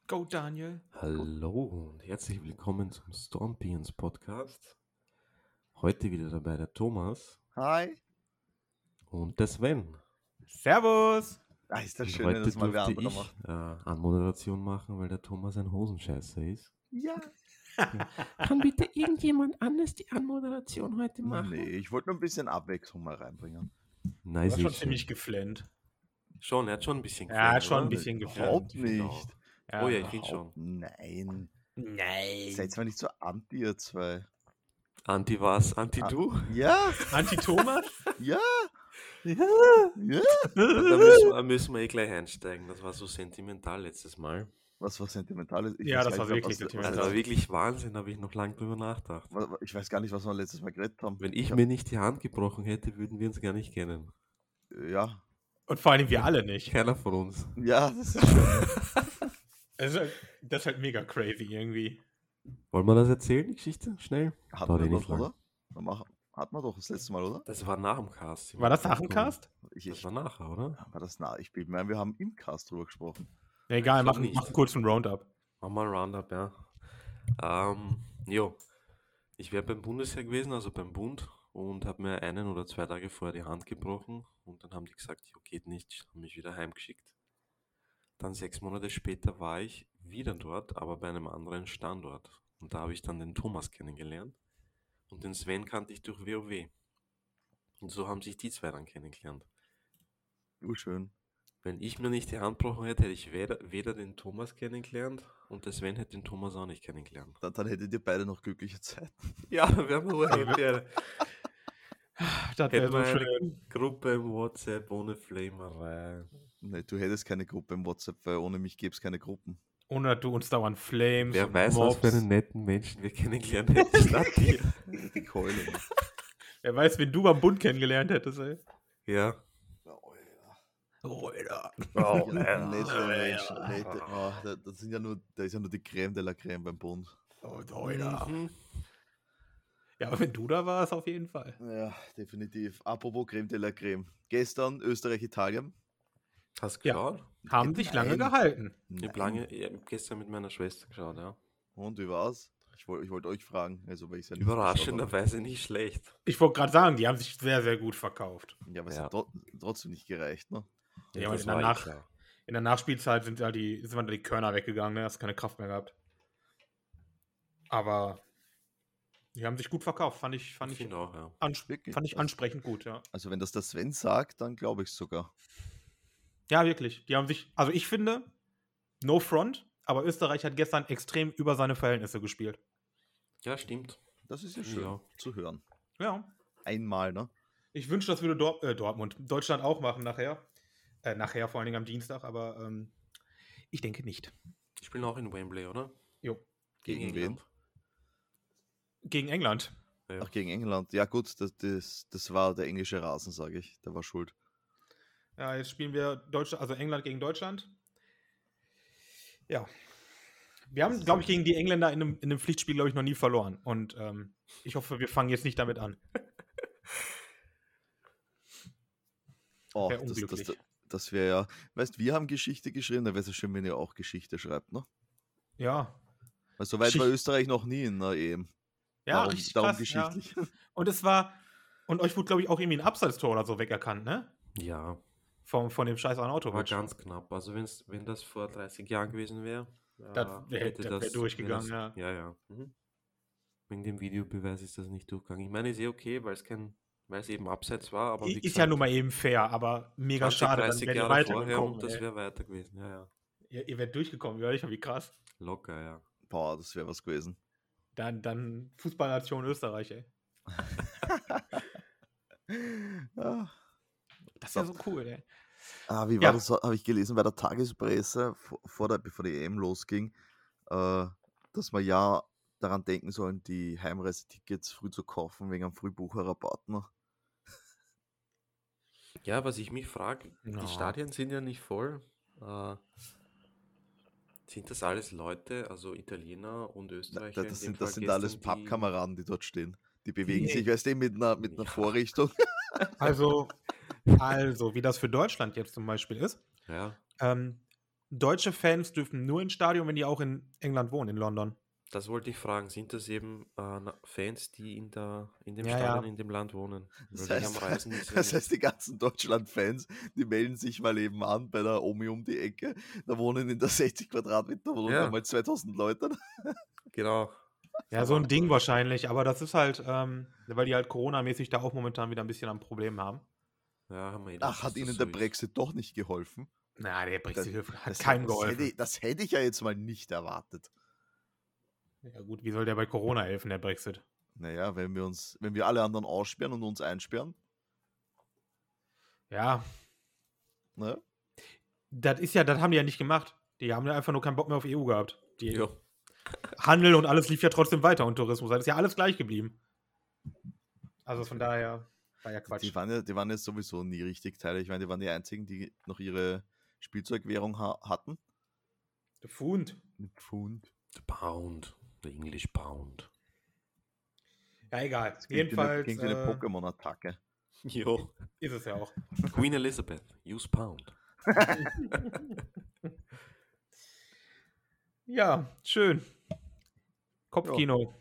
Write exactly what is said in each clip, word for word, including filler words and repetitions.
Go, Daniel. Hallo und herzlich willkommen zum Stormpions Podcast. Heute wieder dabei der Thomas Hi. und der Sven. Servus. Ah, ist das Und schön, wenn heute das mal wer durfte anderer ich macht. äh, Anmoderation machen, weil der Thomas ein Hosenscheißer ist. Ja. Kann bitte irgendjemand anders die Anmoderation heute machen? Nee, ich wollte nur ein bisschen Abwechslung mal reinbringen. Nein, Du hast schon sicher. ziemlich geflennt. Schon, er hat schon ein bisschen Ja, hat gefällt, schon ein oder? bisschen Überhaupt geflennt. Ja, nicht. Ja. Oh ja, ich finde Überhaupt schon. Nein. Nein. Seid zwar nicht so anti, ihr zwei. Anti was? Anti Ah. du? Ja, Anti-Thomas? ja, Ja. ja. Da müssen wir, müssen wir eh gleich einsteigen. Das war so sentimental letztes Mal. Was war sentimental? Ich Ja, weiß das gar war nicht mehr, wirklich was- sentimental. Das was- war wirklich Wahnsinn, da habe ich noch lange drüber nachgedacht. was- Ich weiß gar nicht, was wir letztes Mal geredet haben. Wenn ich hab- mir nicht die Hand gebrochen hätte, würden wir uns gar nicht kennen. Ja, Und vor allem wir alle nicht. Keiner von uns. ja, das ist schön. Das ist halt, das ist halt mega crazy irgendwie. Wollen wir das erzählen, die Geschichte? Schnell? Hatten Dauert wir eh nicht doch, lang. oder? Wir machen- Hatten wir doch das letzte Mal, oder? Das war nach dem Cast. War das nach dem Cast? Ich, Das ich, war nachher, oder? war das nah? Ich bin mir, wir haben im Cast drüber gesprochen. Ja, egal, Ich mach, glaub nicht. mach einen kurzen Roundup. Machen wir ein Roundup, ja. Ähm, jo. Ich wäre beim Bundesheer gewesen, also beim Bund, und habe mir einen oder zwei Tage vorher die Hand gebrochen. Und dann haben die gesagt, jo, geht nicht, haben mich wieder heimgeschickt. Dann sechs Monate später war ich wieder dort, aber bei einem anderen Standort. Und da habe ich dann den Thomas kennengelernt. Und den Sven kannte ich durch WoW. Und so haben sich die zwei dann kennengelernt. Urschön. Wenn ich mir nicht die Hand gebrochen hätte, hätte ich weder, weder den Thomas kennengelernt und der Sven hätte den Thomas auch nicht kennengelernt. Dann, dann hättet ihr beide noch glückliche Zeiten. Ja, wir haben nur eine Das wäre hätten so wir schön. eine Gruppe im WhatsApp ohne Flamerei. Nee, du hättest keine Gruppe im WhatsApp, weil ohne mich gäbe es keine Gruppen. Ohne dass du uns dauernd Flames Wer und weiß, Mobs. was für einen netten Menschen wir kennengelernt hätten statt dir. Die Keule. Wer weiß, wen du beim Bund kennengelernt hättest, ey. Ja. Oh, Alter. Oh, Ja, nette Menschen. Nette, oh, da, das sind ja nur, da ist ja nur die Creme de la Creme beim Bund. Oh, Alter. Mhm. Ja, aber wenn du da warst, auf jeden Fall. Ja, definitiv. Apropos Creme de la Creme. Gestern Österreich-Italien. Hast du Ja. geschaut? Haben sich lange Nein. gehalten. Ich habe lange, ich hab gestern mit meiner Schwester geschaut, ja. Und wie war's? Ich wollte ich wollt euch fragen. Also, weil ich's ja nicht geschaut Überraschenderweise nicht schlecht. Ich wollte gerade sagen, die haben sich sehr, sehr gut verkauft. habe. Ja, aber es Ja. hat tro trotzdem nicht gereicht, ne? Ja, aber das in der war eh Nach- klar. In der Nachspielzeit sind da die, sind da die Körner weggegangen, ne? Hast keine Kraft mehr gehabt. Aber die haben sich gut verkauft, fand ich, fand Ich ich, finde auch, ja. ans Wirklich? fand ich Das- ansprechend gut, ja. Also, wenn das der Sven sagt, dann glaube ich sogar. Ja, wirklich. Die haben sich, also ich finde, no front, aber Österreich hat gestern extrem über seine Verhältnisse gespielt. Ja, stimmt. Das ist ja Ja. schön zu hören. Ja. Einmal, ne? Ich wünschte, das würde Dor äh, Dortmund, Deutschland auch machen nachher. Äh, nachher, vor allen Dingen am Dienstag, aber ähm, ich denke nicht. Die spielen auch in Wembley, oder? Jo. Gegen wen? Gegen England. Ja. Ach, gegen England. Ja, gut, das, das, das war der englische Rasen, sage ich. Der war schuld. Ja, jetzt spielen wir Deutschland, also England gegen Deutschland. Ja. Wir haben, glaube ich, gegen die Engländer in einem, in einem Pflichtspiel, glaube ich, noch nie verloren. Und ähm, ich hoffe, wir fangen jetzt nicht damit an. Oh, Wär das, das, unglücklich. das, das wäre ja. Weißt, wir haben Geschichte geschrieben, da wäre es ja schön, wenn ihr auch Geschichte schreibt, ne? Ja. Weil so weit war Geschicht- Österreich noch nie in der E M. Ja, darum, richtig darum krass, geschichtlich. Ja. Und es war, und euch wurde, glaube ich, auch irgendwie ein Abseitstor oder so wegerkannt, ne? Ja, Von, von dem scheiß war Arnautovic. ganz knapp. Also wenn's, wenn das vor dreißig Jahren gewesen wäre, Das wär- hätte das wär das durchgegangen, wär das, ja. Ja, Mhm. Wegen dem Videobeweis ist das nicht durchgegangen. Ich meine, ist eh okay, weil es kein, weil es eben abseits war, aber wie Ist gesagt, ja nun mal eben fair, aber mega zwanzig, schade, dann dreißig wärt ihr Jahre vorher weitergekommen. und das ey. wäre weiter gewesen. Ja, ja. Ihr, ihr wärt durchgekommen, ja, wie krass. Locker, ja. Boah, das wäre was gewesen. Dann, dann Fußballnation Österreich, ey. Ah, Das ist ja so cool, ey. ah, wie war Ja. das? Habe ich gelesen bei der Tagespresse, vor, vor der, bevor die E M losging, äh, dass wir ja daran denken sollen, die Heimreisetickets früh zu kaufen, wegen einem Frühbucherrabatt. Ne? Ja, was ich mich frage, Ja. die Stadien sind ja nicht voll. Äh, sind das alles Leute, also Italiener und Na, Österreicher? da- in das dem sind, Fall das sind alles gestern, die- Pappkameraden, die dort stehen. Die bewegen Nee. sich, weißt du, mit einer, mit einer Ja. Vorrichtung. Also, also, wie das für Deutschland jetzt zum Beispiel ist, Ja, ähm, deutsche Fans dürfen nur ins Stadion, wenn die auch in England wohnen, in London. Das wollte ich fragen. Sind das eben äh, na- Fans, die in, der, in dem Ja, Stadion, ja. in dem Land wohnen? Das Weil die heißt, am Reisen ist ja das nicht. heißt, die ganzen Deutschland-Fans, die melden sich mal eben an bei der Omi um die Ecke. Da wohnen in der sechzig Quadratmeter Wohnung Ja. einmal zweitausend Leute. Genau. Ja, so ein Ding Verwandtschaft. wahrscheinlich, aber das ist halt, ähm, weil die halt Corona-mäßig da auch momentan wieder ein bisschen am Problem haben. Ja, haben wir eh gedacht, Ach, hat dass das ihnen so der ist. Brexit doch nicht geholfen? Na, der Brexit Das, hat das, keinem das, hätte, geholfen. ich- das hätte ich ja jetzt mal nicht erwartet. Ja gut, wie soll der bei Corona helfen, der Brexit? Naja, wenn wir uns, wenn wir alle anderen aussperren und uns einsperren, Ja, ne? das ist ja, das haben die ja nicht gemacht. Die haben ja einfach nur keinen Bock mehr auf E U gehabt. Die Ja. Handel und alles lief ja trotzdem weiter und Tourismus. Das ist ja alles gleich geblieben. Also von daher war ja Quatsch. Die waren ja, die waren ja sowieso nie richtig Teile. Ich meine, die waren die einzigen, die noch ihre Spielzeugwährung ha hatten. Der Pfund. Mit Pfund. The Pound. The English Pound. Ja, egal. Das klingt wie eine, Jedenfalls klingt wie eine äh, Pokémon-Attacke. Jo. ist es ja auch. Queen Elizabeth. Use Pound. Ja, schön. Kopfkino.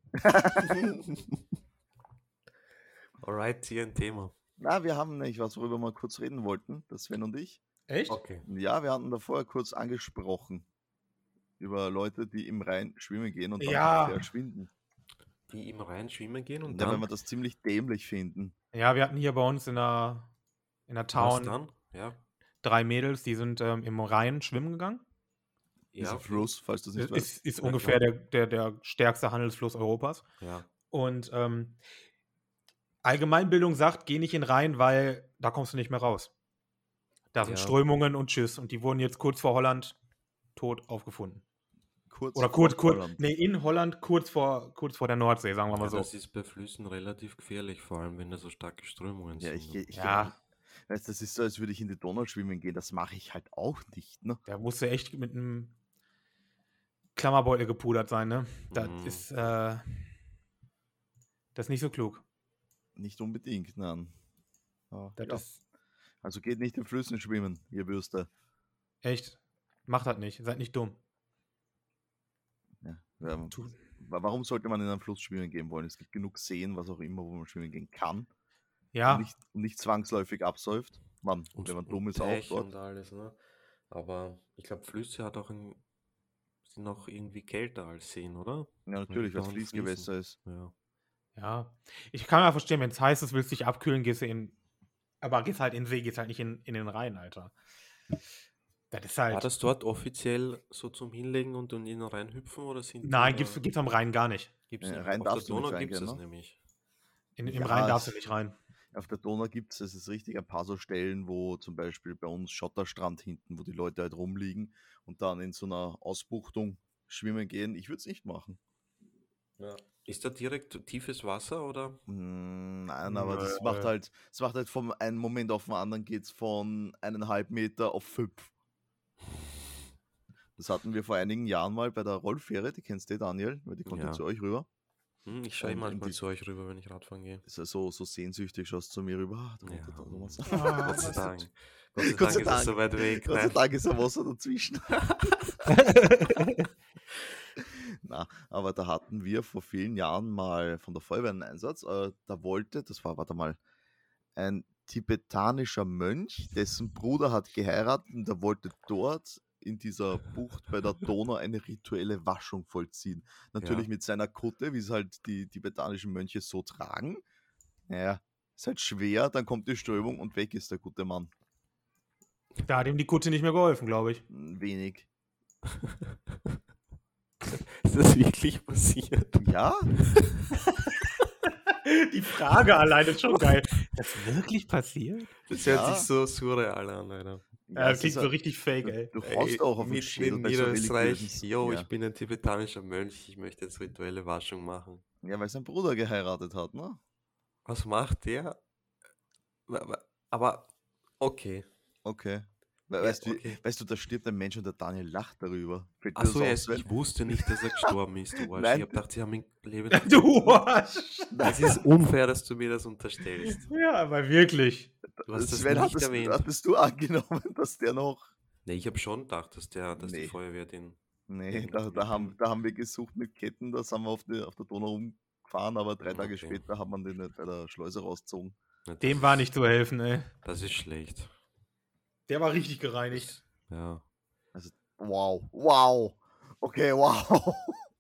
Alright, hier ein Thema. Na, wir haben nämlich was, worüber wir kurz reden wollten, das Sven und ich. Echt? Okay. Ja, wir hatten da vorher kurz angesprochen. Über Leute, die im Rhein schwimmen gehen und dann Ja. verschwinden. Die im Rhein schwimmen gehen und Ja, wenn dann. wir das ziemlich dämlich finden. Ja, wir hatten hier bei uns in der, in der Was Town dann? Ja. drei Mädels, die sind ähm, im Rhein schwimmen gegangen. Ja, Dieser Fluss, falls du das nicht weißt. Ist, ist Ja, ungefähr klar. der, der, der stärkste Handelsfluss Europas. Ja. Und ähm, Allgemeinbildung sagt, geh nicht in den Rhein, weil da kommst du nicht mehr raus. Da sind Ja. Strömungen und Tschüss. Und die wurden jetzt kurz vor Holland tot aufgefunden. Kurz Oder vor kurz, kurz, Holland. nee, in Holland, kurz vor, kurz vor der Nordsee, sagen wir mal Ja, so. das ist bei Flüssen relativ gefährlich, vor allem wenn da so starke Strömungen Ja, sind. ich, ne? ich, Ja. Weißt, das ist so, als würde ich in die Donau schwimmen gehen. Das mache ich halt auch nicht. Ne? Da musst du echt mit einem Klammerbeutel gepudert sein, ne? Das Mhm. ist, äh, das ist nicht so klug. Nicht unbedingt, nein. Ja, Das ja. ist Also geht nicht in Flüssen schwimmen, ihr Würste. echt, macht das nicht, seid nicht dumm. Ja. Ja, Tu- wa- warum sollte man in einen Fluss schwimmen gehen wollen? Es gibt genug Seen, was auch immer, wo man schwimmen gehen kann. Ja, Und, nicht, und nicht zwangsläufig absäuft. Man, Und, wenn man und dumm ist, auch Teiche dort. und alles, ne? Aber ich glaube, Flüsse hat auch ein, sind auch irgendwie kälter als Seen, oder? Ja, natürlich, weil es dauernd Fließgewässer ist. Ja. ja. Ich kann ja verstehen, wenn es heiß ist, willst du dich abkühlen, gehst du in, aber gehst halt in den See, gehst halt nicht in, in den Rhein, Alter. Das ist halt, War das dort offiziell so zum Hinlegen und in den reinhüpfen oder sind nein, die gibt's, da- gibt's am Rhein gar nicht. gibt's Ja, nicht? rein Auf der darfst du nicht Donau gibt es reingehen, das ne? nämlich. In, Im Ja, Rhein darfst du es- nicht rein. Auf der Donau gibt es, es ist richtig, ein paar so Stellen, wo zum Beispiel bei uns Schotterstrand hinten, wo die Leute halt rumliegen und dann in so einer Ausbuchtung schwimmen gehen. Ich würde es nicht machen. Ja. Ist da direkt tiefes Wasser oder? Mm, Nein, aber das Nö. macht halt, das macht halt vom einen Moment auf den anderen geht's von eineinhalb Meter auf fünf. Das hatten wir vor einigen Jahren mal bei der Rollfähre, die kennst du, Daniel, weil die kommt ja Ja. zu euch rüber. Hm, ich schaue Und in manchmal die- zu euch rüber, wenn ich Radfahren gehe. Ist ja so, so sehnsüchtig, schaust zu mir rüber. Ah, da Ja. kommt der Thomas. Ah, Gott sei was Dank. ist- Gott sei Gott Dank sei ist es Dank. so weit weg. Gott sei Nein. Dank ist ein Wasser dazwischen. Na, aber da hatten wir vor vielen Jahren mal von der Feuerwehr einen Einsatz. Äh, da wollte, das war, warte mal, ein tibetanischer Mönch, dessen Bruder hat geheiratet und der wollte dort in dieser Bucht bei der Donau eine rituelle Waschung vollziehen. Natürlich Ja. mit seiner Kutte, wie es halt die tibetanischen Mönche so tragen. Naja, ist halt schwer, dann kommt die Strömung und weg ist der gute Mann. Da hat ihm die Kutte nicht mehr geholfen, glaube ich. Hm, Wenig. Ist das wirklich passiert? Ja? Die Frage allein ist schon geil. Das wirklich passiert? Das Ja. hört sich so surreal an, Alter. Ja, das es klingt ist so halt- richtig fake, Du, ey. du haust auch auf den Mitten Schädel in bei so Niederösterreich. religiösen- Jo, ja. ich bin ein tibetanischer Mönch, ich möchte jetzt rituelle Waschung machen. Ja, weil sein Bruder geheiratet hat, ne? Was macht der? Wa- wa- Aber, okay. Okay. We Ja, weißt, wie, okay. weißt du, da stirbt ein Mensch und der Daniel lacht darüber. Fällt dir Achso, das er auf, ist, Sven? ich wusste nicht, dass er gestorben ist, du Arsch. Nein. Ich hab gedacht, sie haben ihn leben. Du Arsch. Es ist unfair, dass du mir das unterstellst. Ja, aber wirklich. Du hast das Sven, nicht hattest, erwähnt. hattest du angenommen, dass der noch... Ne, ich habe schon gedacht, dass der dass die Nee. Feuerwehr den Nee, den da, da, mit haben, dem da haben wir gesucht mit Ketten, da sind wir auf, die, auf der Donau rumgefahren, aber drei hm, Tage okay. später hat man den nicht bei der Schleuse rausgezogen. Ja, das Dem war nicht ist zu helfen, ey. das ist schlecht. Der war richtig gereinigt. Das ja. Also, wow, wow. Okay, wow.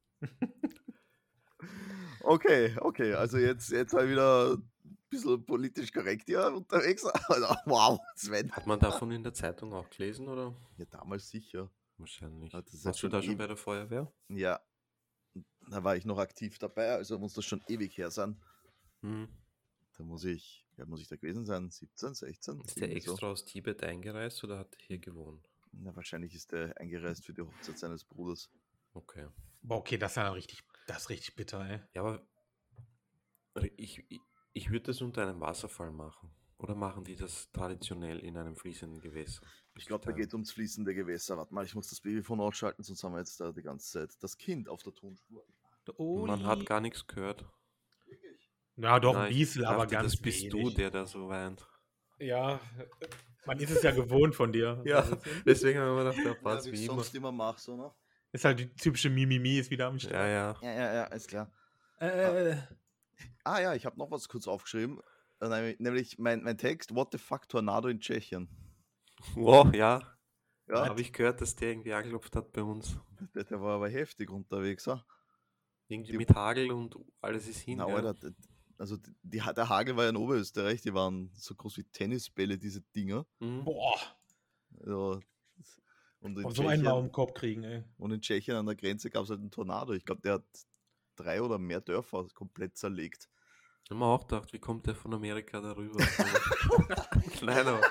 Okay, okay, also jetzt, jetzt mal wieder ein bisschen politisch korrekt hier unterwegs. Also, wow, Sven. Hat man davon in der Zeitung auch gelesen, oder? Ja, damals sicher. Wahrscheinlich. Ja, das ist jetzt Warst du schon da schon ewig. bei der Feuerwehr? Ja, da war ich noch aktiv dabei, also muss das schon ewig her sein. Mhm. Da muss ich, ja, muss ich da gewesen sein? siebzehn, sechzehn? Ist der Irgendwie so. extra aus Tibet eingereist oder hat er hier gewohnt? Na, wahrscheinlich ist der eingereist für die Hochzeit seines Bruders. Okay. Boah, okay, das ist ja richtig, das ist richtig bitter, ey. Ja, aber ich, ich, ich würde das unter einem Wasserfall machen. Oder machen die das traditionell in einem fließenden Gewässer? Ich glaube, da Da- geht ums fließende Gewässer. Warte mal, ich muss das Babyphone ausschalten, sonst haben wir jetzt da die ganze Zeit das Kind auf der Tonspur. Man hat gar nichts gehört. Ja, doch, Na, ein ich bisschen, aber dachte, ganz das bist du, wenig. der da so weint. Ja, man ist es ja gewohnt von dir. Ja, Also, deswegen haben wir gedacht, der Ja, passt wie wie ich immer. sonst immer mache, so, ne? ist halt die typische Mimimi ist wieder am Start. Ja, ja. Ja, ja, ja, ist klar. Äh, Ah ja, ich habe noch was kurz aufgeschrieben. Äh, nämlich- Nämlich mein, mein Text, What the fuck, Tornado in Tschechien. Wow, ja. Ja, Habe ich gehört, dass der irgendwie angeklopft hat bei uns. der, der war aber heftig unterwegs. Ja? Irgendwie Die- mit Hagel und alles ist hin. Na, gell? Alter, d- also die, die, der Hagel war ja in Oberösterreich, die waren so groß wie Tennisbälle, diese Dinger. Mhm. boah, Ja, und, in und so einen Tschechien, mal um den Kopf kriegen, ey. und in Tschechien an der Grenze gab es halt einen Tornado. Ich glaube, der hat drei oder mehr Dörfer komplett zerlegt. Ich habe mir auch gedacht, wie kommt der von Amerika darüber? Nein, aber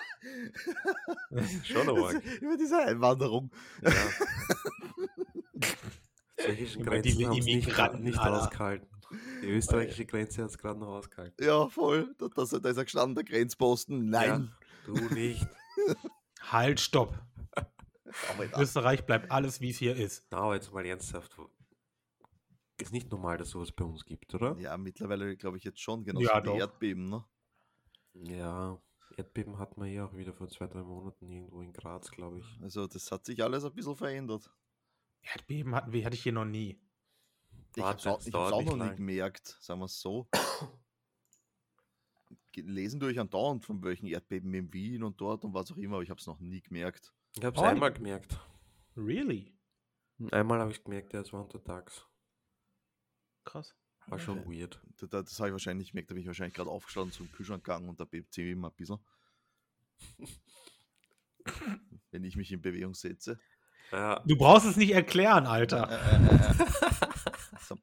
schon arg. Über diese Einwanderung. Ja. Die tschechischen Über Grenzen diese haben es nicht, Immigranten, nicht Alter. ausgehalten. Die österreichische Grenze hat es gerade noch ausgehalten. Ja, voll. Da, da, da ist er gestanden, der Grenzposten. Nein. Ja, du nicht. Halt, stopp. Aber da, Österreich bleibt alles, wie es hier ist. Na, aber jetzt mal ernsthaft. Ist nicht normal, dass sowas bei uns gibt, oder? ja, mittlerweile glaube ich jetzt schon, genau Ja, wie die doch. Erdbeben, ne? Ja, Erdbeben hatten wir ja auch wieder vor zwei, drei Monaten irgendwo in Graz, glaube ich. Also das hat sich alles ein bisschen verändert. Erdbeben hatten wir, hatte ich hier noch nie. Ich Warte, habe es auch, es ich dauert hab's auch nicht noch nie lang. gemerkt, sagen wir es so. Gelesen durch andauernd von welchen Erdbeben in Wien und dort und was auch immer, aber ich habe es noch nie gemerkt. Ich habe es Oh, einmal gemerkt. Really? Einmal habe ich gemerkt, ja, es war untertags. Krass. War schon weird. Das, das habe ich wahrscheinlich gemerkt, da bin ich wahrscheinlich gerade aufgestanden zum Kühlschrank gegangen und da bebt sie immer ein bisschen. Wenn ich mich in Bewegung setze. Ja, Du brauchst es nicht erklären, Alter. Äh, äh, äh, äh. So.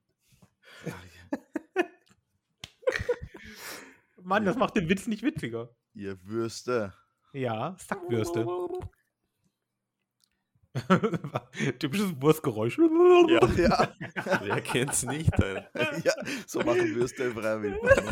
Mann, das macht den Witz nicht witziger. Ihr Würste. Ja, Sackwürste. Typisches Wurstgeräusch. Ja. Ja, Wer kennt's nicht, Alter? ja, so machen Würste im freien Wildbahn.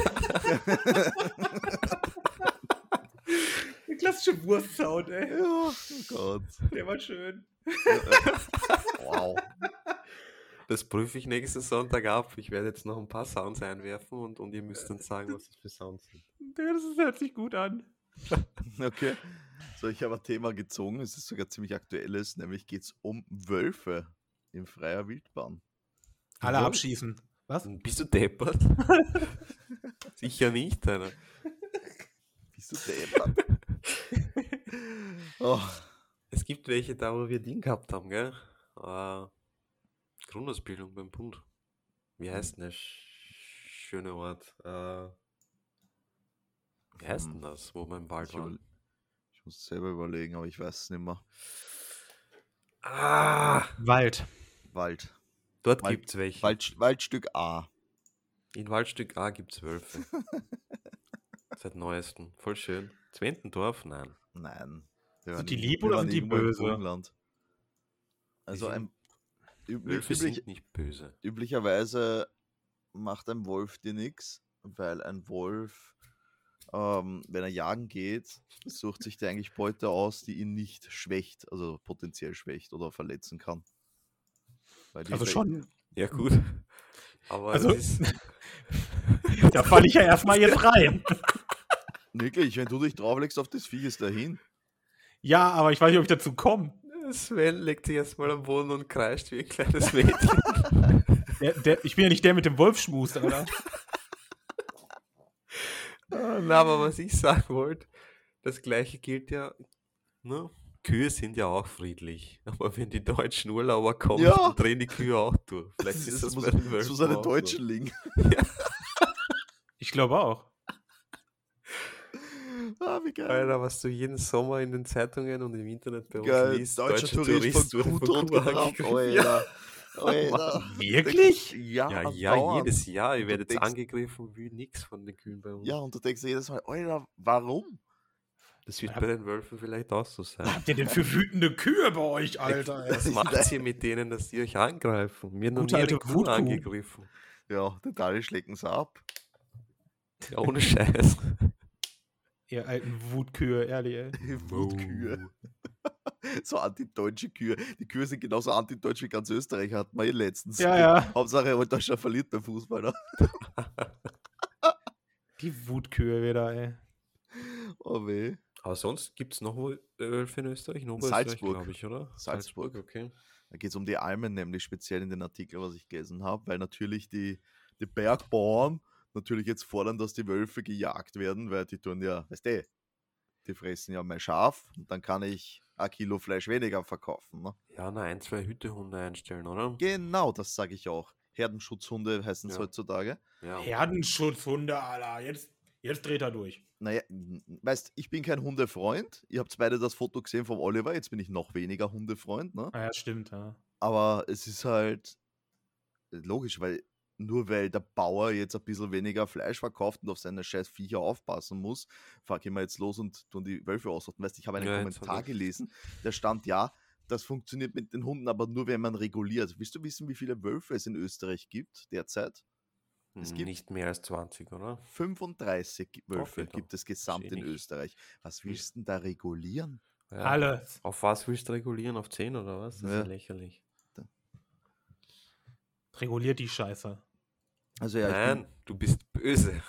Der klassische Wurstsound, ey. Ja, oh Gott. Der war schön. Wow. Das prüfe ich nächsten Sonntag ab. Ich werde jetzt noch ein paar Sounds einwerfen und, und ihr müsst dann sagen, was das für Sounds sind. Das ist- hört sich gut an. Okay. So, ich habe ein Thema gezogen, es ist sogar ziemlich aktuelles, nämlich geht es um Wölfe in freier Wildbahn. Alle Ja. abschießen. Was? Bist du deppert? Sicher nicht, Alter. Bist du deppert? Oh, Es gibt welche da, wo wir Ding gehabt haben, gell? Äh, Grundausbildung beim Bund. Wie heißt denn der sch- schöne Ort? Äh, wie heißt denn das, wo wir im Wald ich, über, waren? ich muss selber überlegen, aber ich weiß es nicht mehr. Ah! Wald. Wald. Dort Wald- gibt's welche. Wald, Waldstück A. In Waldstück A gibt's Wölfe. Seit neuestem. Voll schön. Zwentendorf? Nein. Nein. Wir Sind waren die irgendwo- lieb wir oder waren sind die irgendwo im böse? Burgenland. Also Die ein, üblich, Wölfe üblich, sind nicht böse. üblicherweise macht ein Wolf dir nichts, weil ein Wolf, ähm, wenn er jagen geht, sucht sich der eigentlich Beute aus, die ihn nicht schwächt, also potenziell schwächt oder verletzen kann. Weil die Also Schwä- schon. Ja, gut. Aber Also- es ist, Da falle ich ja erstmal jetzt rein. Wirklich, wenn du dich drauflegst auf das Vieh, ist dahin. Ja, aber ich weiß nicht, ob ich dazu komme. Sven legt sich erstmal am Boden und kreischt wie ein kleines Mädchen. Der, der, ich bin ja nicht der mit dem Wolfsschmus, oder? Na, aber was ich sagen wollte, das gleiche gilt ja, ne? Kühe sind ja auch friedlich. Aber wenn die deutschen Urlauber kommen, Ja. dann drehen die Kühe auch durch. Vielleicht Das, ist ist, das muss, bei den das Wölfen muss an den auch Deutschen liegen. Ich glaube auch. Ah, wie so. geil. Alter, was du jeden Sommer in den Zeitungen und im Internet bei uns Geil. liest, Deutscher Tourist von wurde Kuhtot gebracht. angegriffen. Ja. Alter. Alter. Wirklich? Ja, Ja, ja, andauernd. jedes Jahr. Ihr Und du werdet denkst- angegriffen wie nix von den Kühen bei uns. Ja, und du denkst dir jedes Mal, Alter, warum? Das wird Ja. bei den Wölfen vielleicht auch so sein. Was habt ihr denn für wütende Kühe bei euch, Alter? ey? Was macht ihr mit denen, dass die euch angreifen? Mir noch Gute nie alte eine Kuh Wutkuh. angegriffen. Ja, die Teile schlecken sie ab. Ja, ohne Scheiß. Ihr alten Wutkühe, ehrlich, ey. Wutkühe. So antideutsche Kühe. Die Kühe sind genauso antideutsch wie ganz Österreich, hatten wir eh letztens. Ja, ja. Hauptsache, Deutschland verliert beim Fußball. Ne? Die Wutkühe wieder, ey. Oh weh. Aber sonst gibt es noch Wo- Wölfe in Österreich? In Oberösterreich, Salzburg. glaube ich, oder? Salzburg. okay. Da geht es um die Almen, nämlich speziell in den Artikeln, was ich gelesen habe, weil natürlich die, die Bergbauern natürlich jetzt fordern, dass die Wölfe gejagt werden, weil die tun ja, weißt du, die fressen ja mein Schaf und dann kann ich ein Kilo Fleisch weniger verkaufen. Ne? Ja, na, ein, zwei Hütehunde einstellen, oder? Genau, das sage ich auch. Herdenschutzhunde heißen es Ja. heutzutage. Ja. Herdenschutzhunde, Alter. Jetzt, jetzt dreht er durch. Naja, n- weißt, ich bin kein Hundefreund. Ihr habt beide das Foto gesehen vom Oliver, jetzt bin ich noch weniger Hundefreund. Ne? Ah, ja, stimmt, ja. Aber es ist halt logisch, weil nur weil der Bauer jetzt ein bisschen weniger Fleisch verkauft und auf seine scheiß Viecher aufpassen muss, fahr gehen wir jetzt los und tun die Wölfe ausrotten. Weißt, ich habe einen Ja, jetzt Kommentar hab ich- gelesen, der stand, ja, das funktioniert mit den Hunden, aber nur wenn man reguliert. Willst du wissen, wie viele Wölfe es in Österreich gibt derzeit? Es Hm, gibt- Nicht mehr als zwanzig, oder? fünfunddreißig gi- Wölfe Okay, gibt es gesamt in wenig. Österreich. Was willst du denn da regulieren? Ja. Alles. Auf was willst du regulieren? Auf zehn oder was? Das ist Ja. ja lächerlich. Reguliert die Scheiße. Also ja, ich Nein, du bist böse.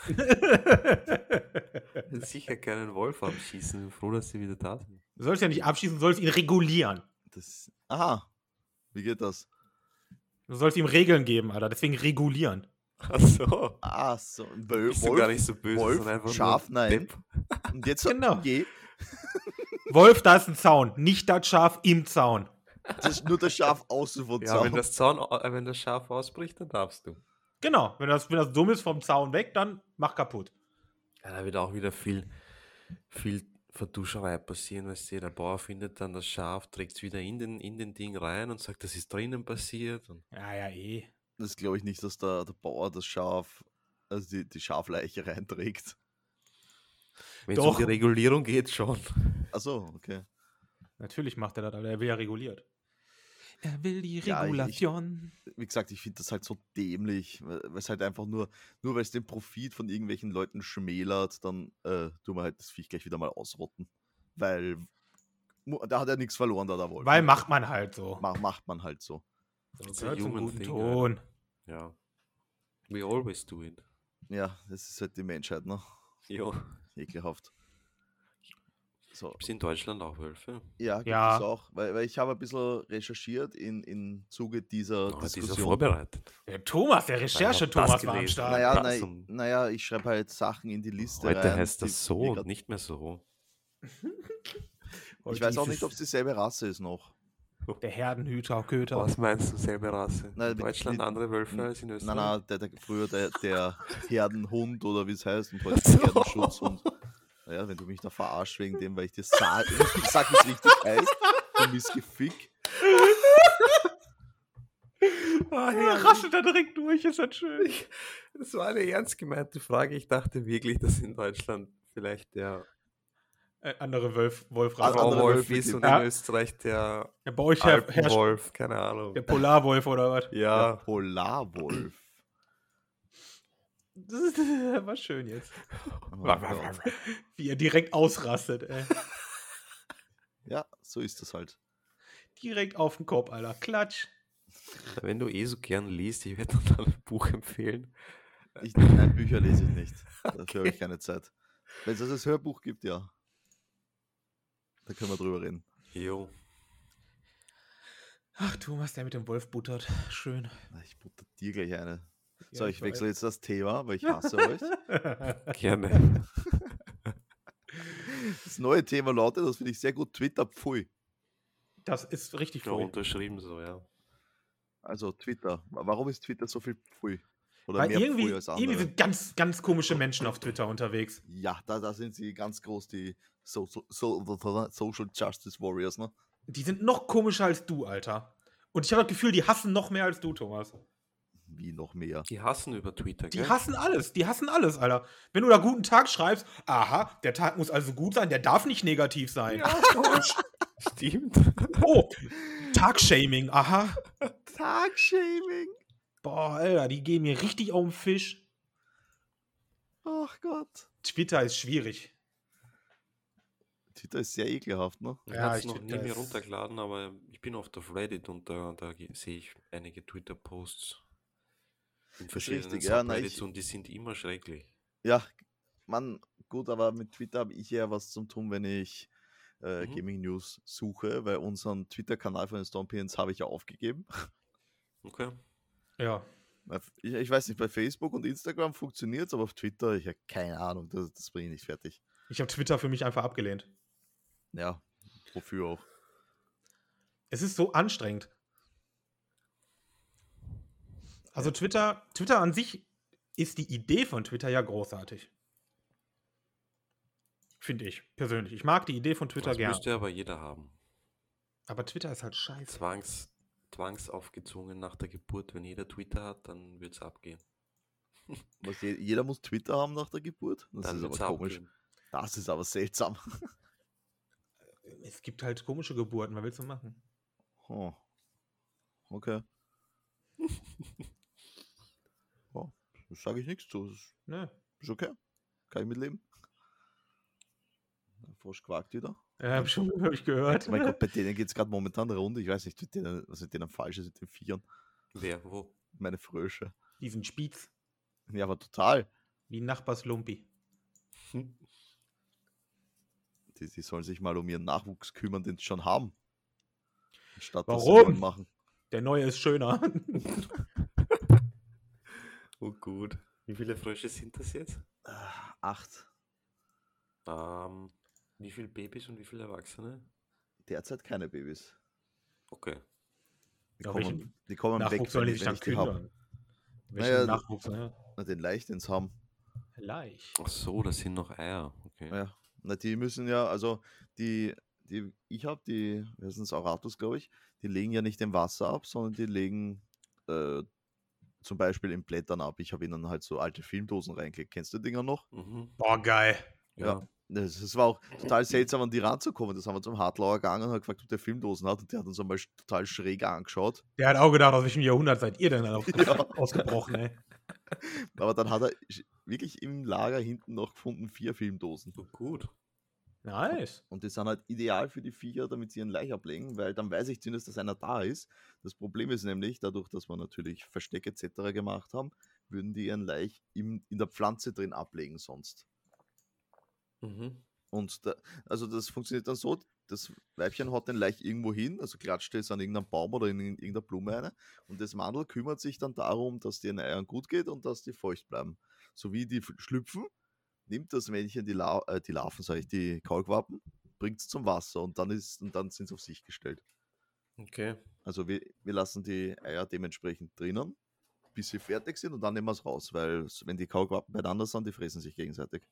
Du Sicher keinen Wolf abschießen. Bin froh, dass sie wieder da sind. sollst ja nicht abschießen, du sollst ihn regulieren. bin, das, aha, wie geht das? Du sollst ihm Regeln geben, Alter. Deswegen regulieren. Ach so. Ah, so, ein Wöl- Bist du Wolf, gar nicht so böse, Wolf, sondern einfach Schaf, nur ein nein. Depp. Und jetzt Genau. geh, Wolf, da ist ein Zaun. Nicht das Schaf im Zaun. das ist nur das Schaf außen von Ja, Zaun. wenn das, Zaun, äh, wenn das Schaf ausbricht, dann darfst du. Genau. Wenn das, wenn das dumm ist vom Zaun weg, dann mach kaputt. Ja, da wird auch wieder viel, viel Verduscherei passieren, weil der Bauer findet dann das Schaf, trägt es wieder in den, in den Ding rein und sagt, das ist drinnen passiert. Und Ja, ja, eh. Das glaube ich nicht, dass der, der Bauer das Schaf, also die, die Schafleiche reinträgt. wenn es um Doch. die Regulierung geht, schon. Achso, okay. Natürlich macht er das, aber er will ja reguliert. Er will die Ja, ich- Regulation. Wie gesagt, ich finde das halt so dämlich, weil weil es halt einfach nur, nur weil es den Profit von irgendwelchen Leuten schmälert, dann äh, tun wir halt das Viech gleich wieder mal ausrotten. Weil mu- da hat er nichts verloren, da der Wolf. Weil macht man halt so. Ma macht man halt so. Das It's a gehört zum human guten thing, Ton. Ja. We always do it. Ja, das ist halt die Menschheit, ne? Ja. Ekelhaft. So. Gibt es in Deutschland auch Wölfe? Ja, gibt Ja. es auch. Weil, weil ich habe ein bisschen recherchiert in, in Zuge dieser Oh, die ist ja Diskussion. vorbereitet. Der Thomas, der Weil Recherche-Thomas das war am gelesen. Start. Naja, das nein, und- naja, ich schreibe halt Sachen in die Liste Heute rein. heißt die das so mir und grad- nicht mehr so. Ich weiß auch nicht, ob es dieselbe Rasse ist noch. Der Herdenhüter, Köter. Was meinst du, selbe Rasse? Nein, in Deutschland mit- andere Wölfe als in Nein, Österreich? nein, der, der, früher der, der Herdenhund oder wie es heißt und heute Ach so. der Herdenschutzhund. Naja, wenn du mich da verarschst wegen dem, weil ich dir sage, ich sag, wie es richtig heißt, du Missgefick. Ah, Ja, rasselt er direkt durch, ist das schön. Das war eine ernst gemeinte Frage. Ich dachte wirklich, dass in Deutschland vielleicht der Äh, andere Wolf, Also Wolfrasse. andere Grauwolf Wölfe ist gibt. und Ja. in Österreich der Ja, bei euch her, herrscht Alpenwolf, keine Ahnung. der Polarwolf oder was? Der Ja, Polarwolf. Das ist, war schön jetzt. Oh Gott. Wie er direkt ausrastet, ey. Ja, so ist das halt. Direkt auf den Kopf, Alter. Klatsch. wenn du eh so gern liest, ich werde dann ein Buch empfehlen. Ich, nein, Bücher lese ich nicht. Dafür habe ich keine Zeit. Wenn es das als Hörbuch gibt, ja. Da können wir drüber reden. Jo. Ach, Thomas, der mit dem Wolf buttert. Schön. Na, ich butter dir gleich eine. So, Ja, ich ich wechsle weiß. jetzt das Thema, weil ich hasse euch. Gerne. Das neue Thema lautet, das finde ich sehr gut, Twitter pfui. Das ist richtig Ja, cool. unterschrieben so, ja. Also Twitter. Warum ist Twitter so viel pfui? Oder Weil mehr irgendwie, pfui als irgendwie andere? sind ganz, ganz komische Menschen auf Twitter unterwegs. Ja, da, da sind sie ganz groß, die so, so, so, Social Justice Warriors, ne? Die sind noch komischer als du, Alter. Und ich habe das Gefühl, die hassen noch mehr als du, Thomas. Wie noch mehr. Die hassen über Twitter, Die gell? hassen alles, die hassen alles, Alter. Wenn du da guten Tag schreibst, aha, der Tag muss also gut sein, der darf nicht negativ sein. Ja, stimmt. Oh, Tagshaming, aha. Tagshaming. Boah, Alter, die gehen mir richtig auf den Fisch. Ach Gott. Twitter ist schwierig. Twitter ist sehr ekelhaft, ne? Ich Ja, habe es ich noch find nie mehr das- runtergeladen, aber ich bin oft auf Reddit und da, da ge- sehe ich einige Twitter-Posts in verschiedenen richtig, ja, na, Subreddits ich- und die sind immer schrecklich. Ja, Mann, gut, aber mit Twitter habe ich eher was zum tun, wenn ich äh, Mhm. Gaming News suche, weil unseren Twitter-Kanal von den Stompians habe ich ja aufgegeben. Okay. Ja. Ich, ich weiß nicht, bei Facebook und Instagram funktioniert es, aber auf Twitter, ich habe keine Ahnung, das, das bringe ich nicht fertig. Ich habe Twitter für mich einfach abgelehnt. Ja, wofür auch. Es ist so anstrengend. Also Ja. Twitter, Twitter an sich ist die Idee von Twitter ja großartig. Finde ich, persönlich. Ich mag die Idee von Twitter Das gern. müsste aber jeder haben. Aber Twitter ist halt scheiße. Zwangs, zwangsaufgezwungen nach der Geburt. Wenn jeder Twitter hat, dann wird es abgehen. Was, je- jeder muss Twitter haben nach der Geburt? Das Dann ist wird es aber komisch. abgehen. Das ist aber seltsam. Es gibt halt komische Geburten, was willst du machen? Oh. Okay. Oh, das sage ich nichts zu. Das ist- Ne? ist okay. Kann ich mitleben. Der Frosch quakt wieder. Ja, hab schon hab ich gehört. Mein Gott, bei denen geht es gerade momentan eine Runde. Ich weiß nicht, mit denen, was mit denen falsch ist, mit den Viechern. Wer, wo? Meine Frösche. Die sind Spitz, Ja, aber total. wie Nachbarslumpi. Hm. Die, die sollen sich mal um ihren Nachwuchs kümmern, den sie schon haben. Statt dass sie Warum? Sorgen machen. Der neue ist schöner. Oh gut. Wie viele Frösche sind das jetzt? Ah, Acht. Ähm, wie viele Babys und wie viele Erwachsene? Derzeit keine Babys. Okay. Die Ja, kommen, welchen die kommen weg, Nachwuchs sollen wenn die ich, sich wenn dann ich die habe. kündern? Welchen Naja, Nachwuchs, ne? Na, den leicht, den sie haben. Leicht. Ach so, das sind noch Eier. Okay. Ja, na, die müssen ja, also die, die ich habe, die, wie heißen es, Auratus, glaube ich, die legen ja nicht im Wasser ab, sondern die legen äh, zum Beispiel in Blättern ab. Ich habe ihnen halt so alte Filmdosen reingelegt. Kennst du die Dinger noch? Mhm. Boah, geil. Ja. Das, das war auch total seltsam, an die ranzukommen. Das haben wir zum Hartlauer gegangen und haben gefragt, ob der Filmdosen hat. Und der hat uns einmal total schräg angeschaut. Der hat auch gedacht, aus welchem Jahrhundert seid ihr denn auf, Ja. ausgebrochen, ey? Aber dann hat er sch- wirklich im Lager hinten noch gefunden vier Filmdosen. Oh, gut. Nice. Und die sind halt ideal für die Viecher, damit sie ihren Laich ablegen, weil dann weiß ich zumindest, dass einer da ist. Das Problem ist nämlich, dadurch, dass wir natürlich Versteck et cetera gemacht haben, würden die ihren Laich im, in der Pflanze drin ablegen sonst. Mhm. Und da, also das funktioniert dann so, das Weibchen haut den Laich irgendwo hin, also klatscht es an irgendeinem Baum oder in irgendeiner Blume eine und das Mandel kümmert sich dann darum, dass die Eiern gut geht und dass die feucht bleiben. So wie die f- schlüpfen, nimmt das Männchen die, La äh, die Larven, sage ich, die Kaulquappen, bringt es zum Wasser und dann, ist, und dann sind sie auf sich gestellt. Okay. Also wir, wir lassen die Eier dementsprechend drinnen, bis sie fertig sind und dann nehmen wir es raus, weil s- wenn die Kaulquappen beieinander sind, die fressen sich gegenseitig.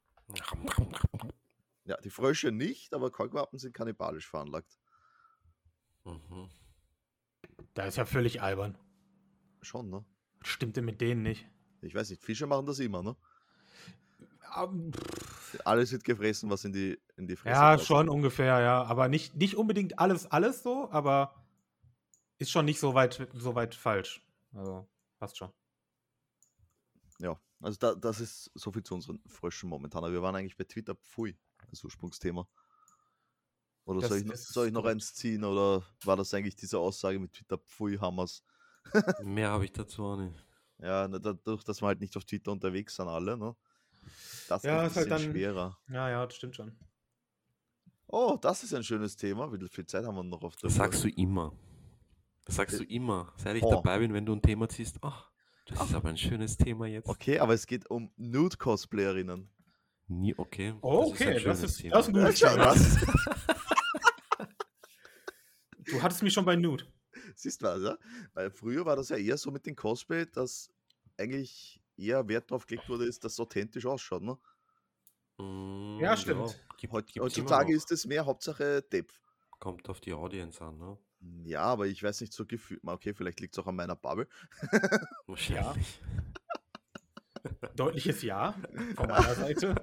Ja, die Frösche nicht, aber Kaulquappen sind kannibalisch veranlagt. Mhm. Das ist ja völlig albern. Schon, ne? Was stimmt denn mit denen nicht? Ich weiß nicht, Fische machen das immer, ne? Ähm, pff, Alles wird gefressen, was in die, in die Fresse Ja, passt. schon ungefähr, ja. Aber nicht, nicht unbedingt alles, alles so, aber ist schon nicht so weit, so weit falsch. Also, passt schon. Ja, also da, das ist so viel zu unseren Fröschen momentan. Aber wir waren eigentlich bei Twitter Pfui, das Ursprungsthema. Oder Das soll ich, noch- ist soll ich noch gut. eins ziehen? Oder war das eigentlich diese Aussage mit Twitter Pfui Hammers? Mehr habe ich dazu auch nicht. Ja, na, dadurch, dass wir halt nicht auf Twitter unterwegs sind alle, ne? Das Ja, ist ein ist halt bisschen dann- schwerer. Ja, ja, das stimmt schon. Oh, das ist ein schönes Thema. Wie viel Zeit haben wir noch auf der Das sagst Folge? du immer. Das sagst du immer. Seit ich Oh. dabei bin, wenn du ein Thema ziehst, ach, das ist Ach. aber ein schönes Thema jetzt. Okay, aber es geht um Nude-Cosplayerinnen. Nie, okay. Oh, das ist ein okay, das schönes ist, Thema. das ist ein gutes Ja, Thema. was? Du hattest mich schon bei Nude. Siehst du was, ja? Weil früher war das ja eher so mit dem Cosplay, dass eigentlich eher Wert drauf gelegt wurde, ist, dass es authentisch ausschaut. Ne? Mm, Ja, stimmt. gibt, Heut, gibt's immer heutzutage noch. ist es mehr Hauptsache Depth. Kommt auf die Audience an, ne? Ja, aber ich weiß nicht so gefühlt. Okay, vielleicht liegt es auch an meiner Bubble. Wahrscheinlich. Deutliches Ja von meiner Seite.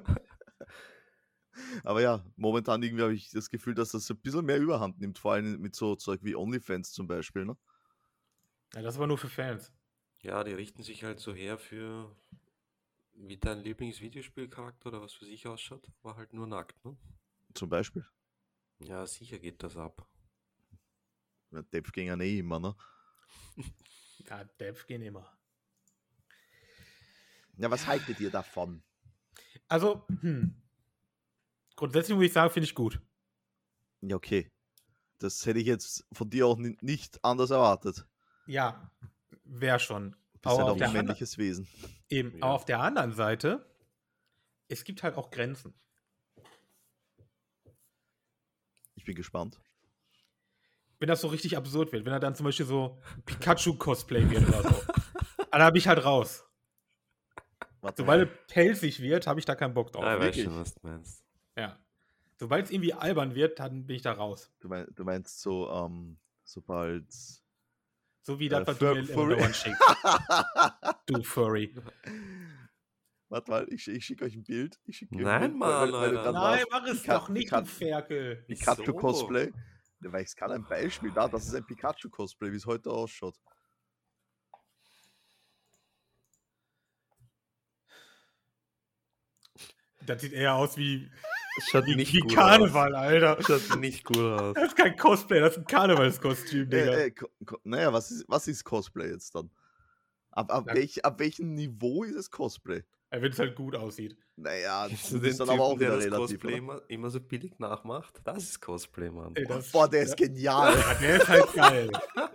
Aber ja, momentan irgendwie habe ich das Gefühl, dass das ein bisschen mehr Überhand nimmt, vor allem mit so Zeug wie OnlyFans zum Beispiel. Ne? Ja, das ist aber nur für Fans. Ja, die richten sich halt so her für, wie dein Lieblingsvideospielcharakter oder was für sich ausschaut, aber halt nur nackt, ne? Zum Beispiel. Ja, sicher geht das ab. Ja, Depth ging ja eh immer, ne? Ja, Depth gehen immer. Ja, was haltet ihr davon? Also, hm. Grundsätzlich muss ich sagen, finde ich gut. Ja, okay. Das hätte ich jetzt von dir auch ni- nicht anders erwartet. Ja, wäre schon. Du bist Aber halt auf auch der ein anderen- männliches Wesen. Eben, Ja. aber auf der anderen Seite, es gibt halt auch Grenzen. Ich bin gespannt. Wenn das so richtig absurd wird, wenn er dann zum Beispiel so Pikachu-Cosplay wird oder so. Aber da habe ich halt raus. Warte Sobald mal. es pelzig wird, habe ich da keinen Bock drauf. Ah, ich weiß wirklich? schon, was du meinst. Ja. Sobald es irgendwie albern wird, dann bin ich da raus. Du, mein, du meinst so, ähm, sobald. So wie Äh, das, was Fur- du mir Furry. immer dauernd schickst. Du Furry. Warte mal, ich, ich schicke euch ein Bild. Ich schick euch Nein, ein Bild, Mann, du Alter. grad Nein, warst. mach es Pika- doch nicht, Pika- du Ferkel. Pikachu-Cosplay. Ja, weil ich kann ein Beispiel da, das ist ein Pikachu-Cosplay, wie es heute ausschaut. Das sieht eher aus wie, Schaut wie, nicht wie gut Karneval, Alter. aus. Schaut nicht gut aus. Das ist kein Cosplay, das ist ein Karnevalskostüm, Digga. Äh, äh, ko- ko- naja, was ist, was ist Cosplay jetzt dann? Ab, ab, Na- welch, ab welchem Niveau ist es Cosplay? Ja, wenn es halt gut aussieht. Naja, Kennst das du den ist dann Typen, aber auch der wieder das relativ. Cosplay Oder? immer, immer so billig nachmacht? Das ist Cosplay, Mann. Ey, das- Boah, der ist genial. Ja, der ist halt geil.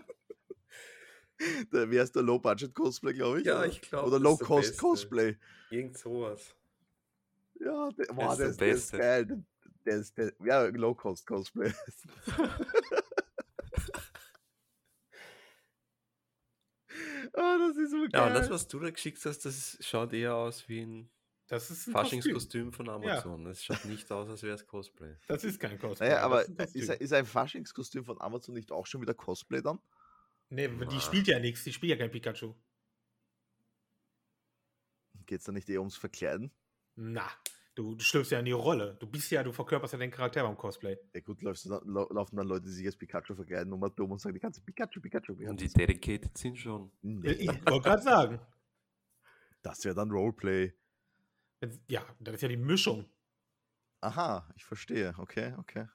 Der, wie heißt der Low-Budget-Cosplay, glaube ich? Ja, oder? ich glaube, Oder das ist der Beste. Low-Cost-Cosplay. Irgend sowas. Ja, der, boah, ist der, der ist, der ist Beste. geil. Der, der ist der, ja, Low-Cost-Cosplay. Ah, das ist so geil. Ja, und das, was du da geschickt hast, das schaut eher aus wie ein Das ist ein Kostüm. Faschingskostüm von Amazon. Das schaut nicht aus, als wäre es Cosplay. Das ist kein Cosplay. Naja, aber das ist ein ist, Kostüm. ist ein Faschingskostüm von Amazon nicht auch schon wieder Cosplay dann? Nee, Na. die spielt ja nichts, die spielt ja kein Pikachu. Geht es da nicht eher ums Verkleiden? Na, du, du schlüpfst ja in die Rolle. Du bist ja, du verkörperst ja den Charakter beim Cosplay. Ja gut, läufst du dann, lau- laufen dann Leute, die sich als Pikachu verkleiden und mal dumm und sagen die ganze Pikachu, Pikachu, Und Pikachu. die Dedicated sind schon. Nee, Ich wollte gerade sagen. das wäre dann Roleplay. Wenn- Ja, das ist ja die Mischung. Aha, ich verstehe. Okay, okay.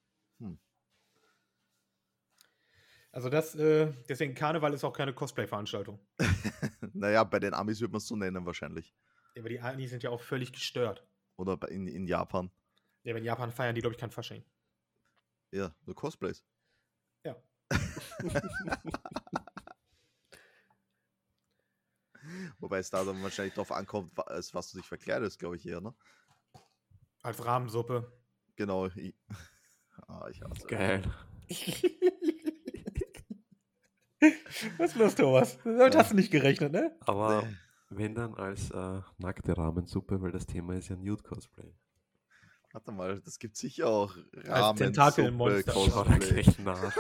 Also das, äh, deswegen Karneval ist auch keine Cosplay-Veranstaltung. Naja, bei den Amis würde man es so nennen wahrscheinlich. Ja, aber die Amis sind ja auch völlig gestört. Oder bei, in, in Japan. Ja, aber in Japan feiern die, glaube ich, kein Fasching. Ja, nur Cosplays. Ja. Wobei es da dann wahrscheinlich drauf ankommt, wa- als was du dich verkleidest, glaube ich eher, ne? Als Rahmensuppe. Genau. Ich, ah, ich hasse. Geil. Was ist los, Thomas? Damit hast du nicht gerechnet, ne? Aber Nee. wenn dann als äh, nackte Rahmensuppe, weil das Thema ist ja Nude-Cosplay. Warte mal, das gibt sicher auch Tentakelmonster. Schau da Cosplay. gleich nach.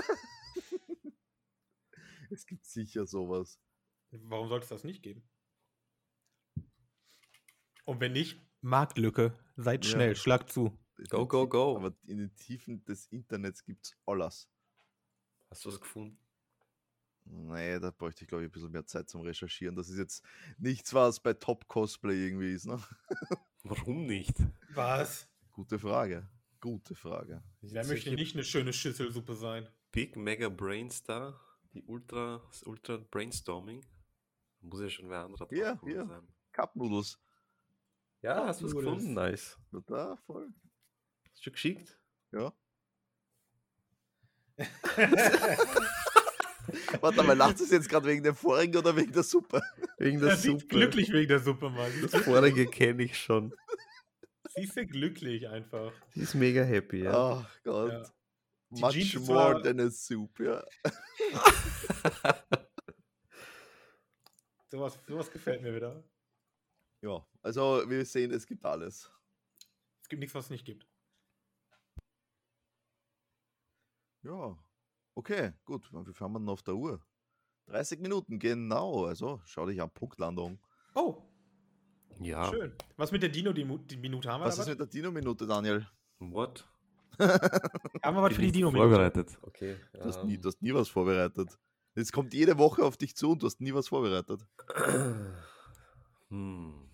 Es gibt sicher sowas. Warum sollte es das nicht geben? Und wenn nicht, Marktlücke. Seid Ja. schnell, schlag zu. Go, go, go. Aber in den Tiefen des Internets gibt es alles. Hast du was gefunden? Nee, da bräuchte ich, glaube ich, ein bisschen mehr Zeit zum Recherchieren. Das ist jetzt nichts, was bei Top Cosplay irgendwie ist, ne? Warum nicht? Was? Gute Frage. Gute Frage. Wer möchte nicht eine schöne Schüsselsuppe sein? Big Mega Brains da, die Ultra, das Ultra Brainstorming. Muss ja schon wer anderer Ja, draufgekommen ja. sein. Cup Noodles. Ja, hast du was Noodles. gefunden? Nice. Da, voll. Hast du schon geschickt? Ja. Warte mal, lacht es jetzt gerade wegen dem vorigen oder wegen der Suppe? Wegen Ja, der sie ist Suppe. glücklich wegen der Suppe, Mann. Sie ist, Das vorige kenne ich schon. sie ist ja glücklich einfach. Sie ist mega happy, ja. Ach Gott. Ja. Die Much Jeans ist more zwar- than a soup, ja. Sowas, sowas gefällt mir wieder. Ja, also wir sehen, es gibt alles. Es gibt nichts, was es nicht gibt. Ja, okay, gut. Wie viel haben wir denn auf der Uhr? dreißig Minuten, genau. Also schau dich an, Punktlandung. Oh, Ja, schön. Was mit der Dino, die, Mu- die Minute haben wir? Was da ist mit der Dino-Minute, Daniel? what? Haben wir was für die Bin Dino-Minute? vorbereitet. Okay. Du hast, nie, ähm, du hast nie was vorbereitet. Jetzt kommt jede Woche auf dich zu und du hast nie was vorbereitet. Hm.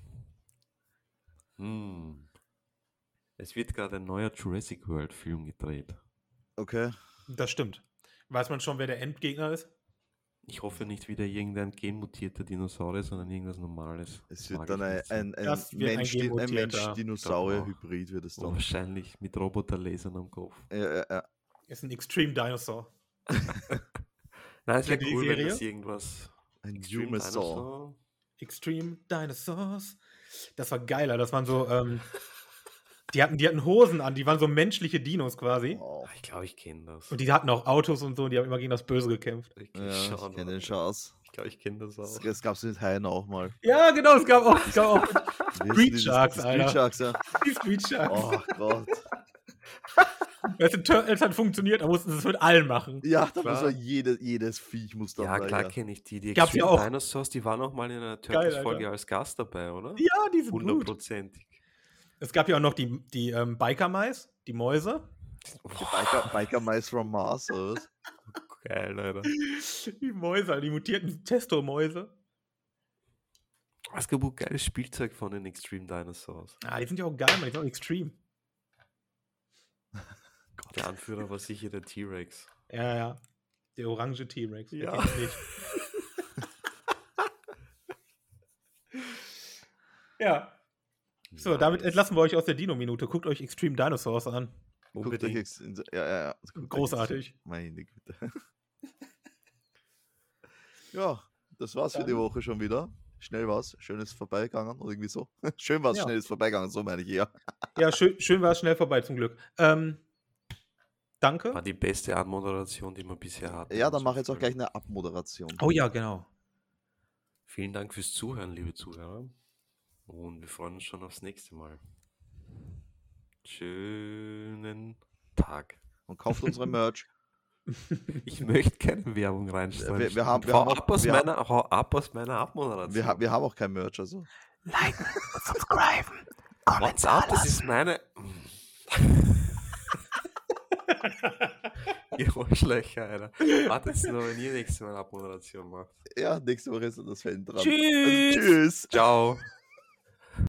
Hm. Es wird gerade ein neuer Jurassic World Film gedreht. Okay. Das stimmt. Weiß man schon, wer der Endgegner ist? Ich hoffe nicht wieder irgendein genmutierter Dinosaurier, sondern irgendwas Normales. Es Das wird mag dann ich ein, nicht so. ein, ein Das wird ein Mensch, ein genmutierter. Mensch-Dinosaurier-Hybrid wird es Oh, dann. wahrscheinlich mit Roboterlasern am Kopf. Ja, ja, ja. Ist ein Extreme Dinosaur. Nein, es wäre Kennt ihr die cool, wenn Serie? das irgendwas... Ein Extreme Dinosaur. Dinosaur. Extreme Dinosaurs. Das war geiler. Das waren so, ähm, die hatten, die hatten Hosen an, die waren so menschliche Dinos quasi. Oh. Ich glaube, ich kenne das. Und die hatten auch Autos und so, und die haben immer gegen das Böse gekämpft. Ich Ja, ich schauen, kenne den warte. Chance. Ich glaube, ich kenne das Das, auch. das gab es mit Haien auch mal. Ja, genau, es gab auch, es gab auch Wie heißen Street die? Sharks, das, Alter. Street Sharks, ja. die Street Sharks. Oh Gott. Weißt du, Turtles hat funktioniert, da mussten sie es mit allen machen. Ja, da Klar. muss man jedes, jedes Viech muss dann Ja, da, klar ja. kenne ich die. Die Gab's ja Extreme auch. Dinosaurs, die waren auch mal in einer Geil, Turtles-Folge Alter. als Gast dabei, oder? Ja, die sind gut. Hundertprozentig. Es gab ja auch noch die, die ähm, Biker-Mais, die Mäuse. Die Biker, Biker Mice from Mars, oder was? Geil, Alter. Die Mäuse, die mutierten Testo-Mäuse. Es gab auch geiles Spielzeug von den Extreme Dinosaurs. Ah, die sind ja auch geil, man, die sind auch extrem. Der Anführer war sicher der T-Rex. Ja, ja. Der orange T-Rex. wer Ja. kennt's nicht? Ja. So, damit entlassen wir euch aus der Dino-Minute. Guckt euch Extreme Dinosaurs an. Guckt euch Unbedingt. ex- in- ja, ja, ja. Guckt euch Großartig. ex- Meine Güte. Ja, das war's für die Woche schon wieder. Schnell war's, schön ist vorbeigegangen oder irgendwie so. Schön war's, Ja. schnell ist vorbeigegangen, so meine ich eher. Ja, schön, schön war es schnell vorbei, zum Glück. Ähm, danke. War die beste Anmoderation, die wir bisher hatten. Ja, dann mach jetzt auch gleich eine Abmoderation. Oh ja, genau. Vielen Dank fürs Zuhören, liebe Zuhörer. Und wir freuen uns schon aufs nächste Mal. Schönen Tag. Und kauft unsere Merch. Ich möchte keine Werbung reinstellen. Wir- wir haben- wir hau, haben auch- ab aus wir haben- meiner, hau ab aus meiner Abmoderation. Wir, ha wir haben auch kein Merch, also. Liken, subscriben, What's up? Das ist meine... Ihr Arschlöcher, Alter. Wartet nur, wenn ihr nächstes Mal eine Abmoderation macht. Ja, nächste Woche ist das Fan dran. Tschüss. Also, tschüss. Ciao.